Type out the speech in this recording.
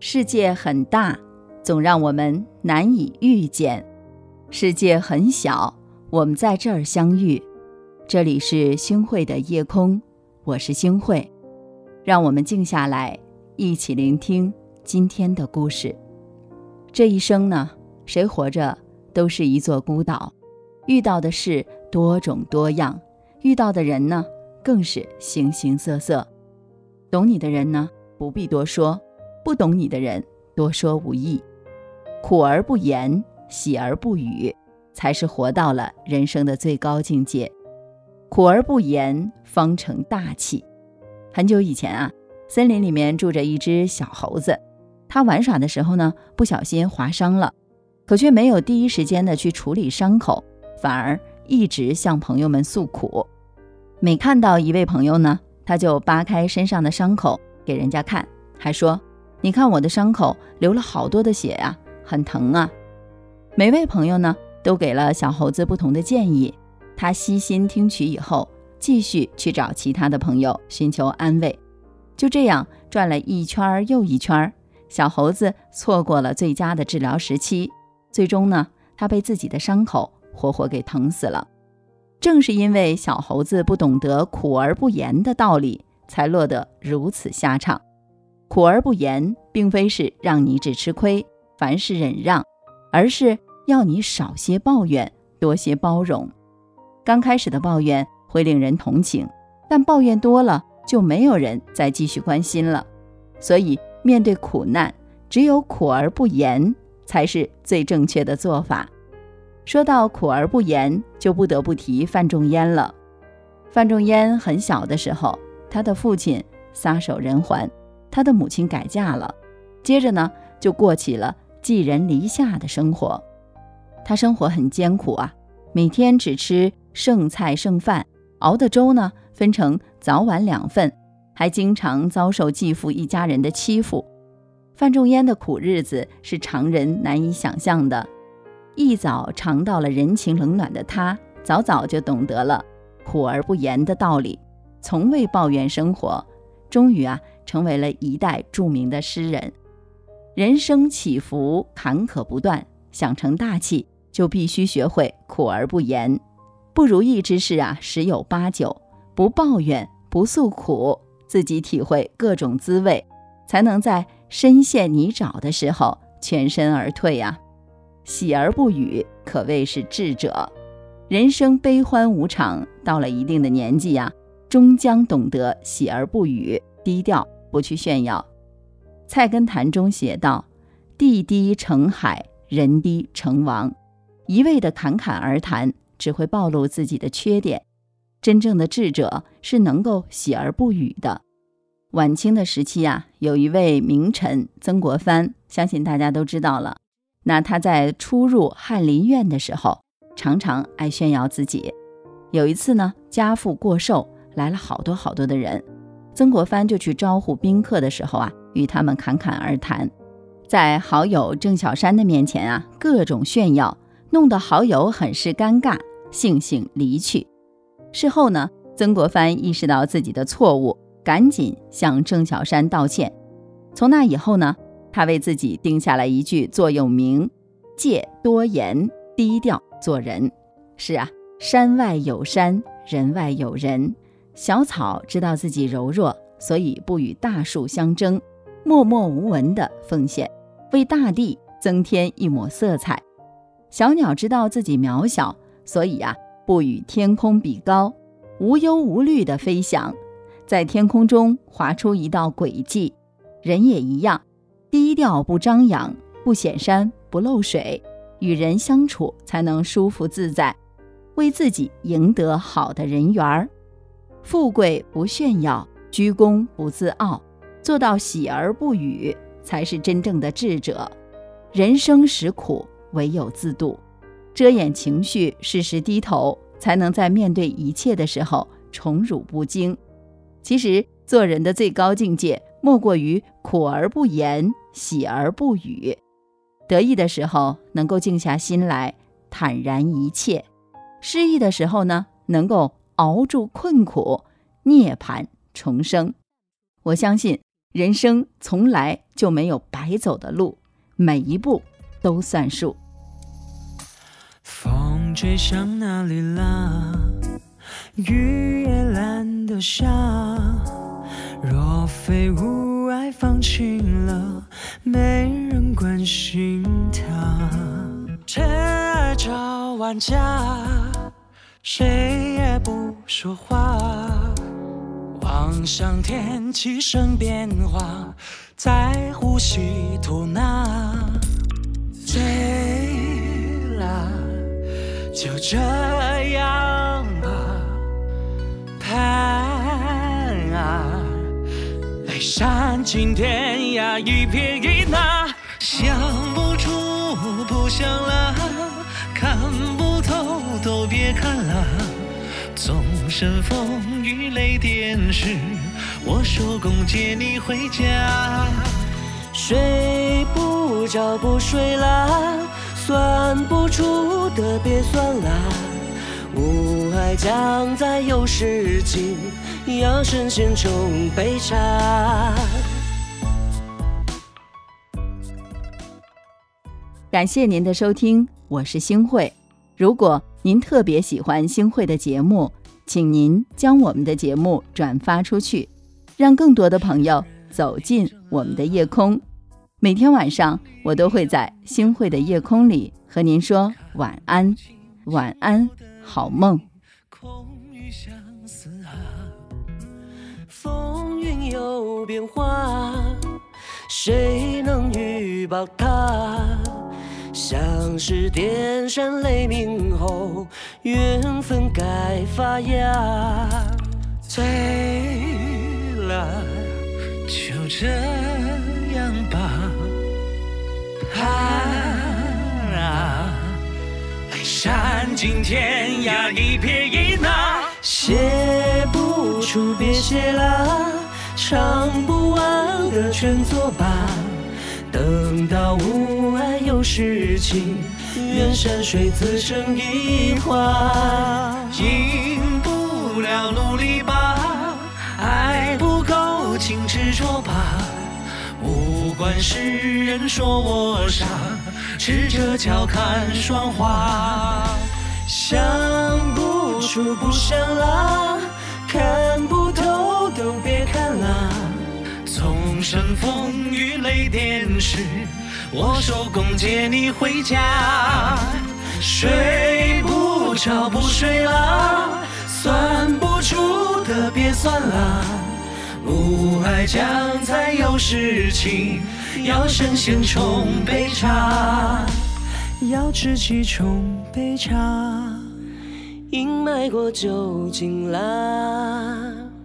世界很大，总让我们难以遇见；世界很小，我们在这儿相遇。这里是星汇的夜空，我是星汇，让我们静下来，一起聆听今天的故事。这一生呢，谁活着都是一座孤岛，遇到的事多种多样，遇到的人呢，更是形形色色。懂你的人呢，不必多说，不懂你的人多说无益。苦而不言，喜而不语，才是活到了人生的最高境界。苦而不言，方成大器。很久以前啊，森林里面住着一只小猴子，它玩耍的时候呢，不小心划伤了，可却没有第一时间的去处理伤口，反而一直向朋友们诉苦。每看到一位朋友呢，他就扒开身上的伤口给人家看，还说：你看我的伤口流了好多的血啊，很疼啊。每位朋友呢，都给了小猴子不同的建议，他悉心听取以后，继续去找其他的朋友寻求安慰。就这样转了一圈又一圈，小猴子错过了最佳的治疗时期，最终呢，他被自己的伤口活活给疼死了。正是因为小猴子不懂得苦而不言的道理，才落得如此下场。苦而不言，并非是让你只吃亏，凡事忍让，而是要你少些抱怨，多些包容。刚开始的抱怨会令人同情，但抱怨多了，就没有人再继续关心了。所以面对苦难，只有苦而不言，才是最正确的做法。说到苦而不言，就不得不提范仲淹了。范仲淹很小的时候，他的父亲撒手人寰，他的母亲改嫁了，接着呢，就过起了寄人篱下的生活。他生活很艰苦啊，每天只吃剩菜剩饭，熬的粥呢，分成早晚2份，还经常遭受继父一家人的欺负。范仲淹的苦日子是常人难以想象的。一早尝到了人情冷暖的他，早早就懂得了苦而不言的道理，从未抱怨生活，终于成为了一代著名的诗人。人生起伏坎坷不断，想成大器，就必须学会苦而不言。不如意之事十有八九，不抱怨，不诉苦，自己体会各种滋味，才能在深陷泥沼的时候全身而退啊。喜而不语，可谓是智者。人生悲欢无常，到了一定的年纪终将懂得喜而不语，低调，不去炫耀。菜根谭中写道：地低成海，人低成王。一味的侃侃而谈，只会暴露自己的缺点。真正的智者是能够喜而不语的。晚清的时期有一位名臣曾国藩，相信大家都知道了。那他在初入翰林院的时候，常常爱炫耀自己。有一次呢，家父过寿，来了好多好多的人，曾国藩就去招呼宾客的时候与他们侃侃而谈，在好友郑小山的面前各种炫耀，弄得好友很是尴尬，悻悻离去。事后呢，曾国藩意识到自己的错误，赶紧向郑小山道歉。从那以后呢，他为自己定下了一句座右铭：戒多言，低调做人。是山外有山，人外有人。小草知道自己柔弱，所以不与大树相争，默默无闻的奉献，为大地增添一抹色彩。小鸟知道自己渺小，所以不与天空比高，无忧无虑的飞翔，在天空中划出一道轨迹。人也一样，低调不张扬，不显山不露水，与人相处才能舒服自在，为自己赢得好的人缘。富贵不炫耀，居功不自傲，做到喜而不语，才是真正的智者。人生实苦，唯有自度，遮掩情绪，适时低头，才能在面对一切的时候宠辱不惊。其实做人的最高境界，莫过于苦而不言，喜而不语。得意的时候能够静下心来，坦然一切；失意的时候呢，能够熬住困苦，涅槃重生。我相信人生从来就没有白走的路，每一步都算数。 风吹向哪里啦？雨也懒得下。若非无爱放晴了，没人关心他。尘埃早晚家，谁也不说话。望向天气生变化，在呼吸吐纳。醉了，就这样吧。盼啊，泪闪尽天涯，一撇一捺。想不出不想了，看不透都别看了。纵身风雨雷电时，我手工接你回家。睡不着不睡啦，算不出的别算啦。无爱将在有时尽，要神仙冲杯茶。 感谢您的收听，我是星慧。如果您特别喜欢星慧的节目，请您将我们的节目转发出去，让更多的朋友走进我们的夜空。每天晚上我都会在星慧的夜空里和您说晚安，晚安，好梦。 空余相思啊，风云有变化，谁能预报它？像是电闪雷鸣后，缘分该发芽。醉了，就这样吧。盼啊，泪闪尽天涯，一撇一捺。写不出别写了，唱不完的全作罢。等到无爱有事情，愿山水自成一画。赢不了努力吧，爱不够请执着吧。不管世人说我傻，赤着脚看霜花。想不出不想啦，看不透都别看啦。纵身风雨雷电时，我手工接你回家。睡不着不睡啦，算不出的别算啦。无爱将在有事情，要神仙冲杯茶，要知己冲杯茶，阴霾过就尽啦。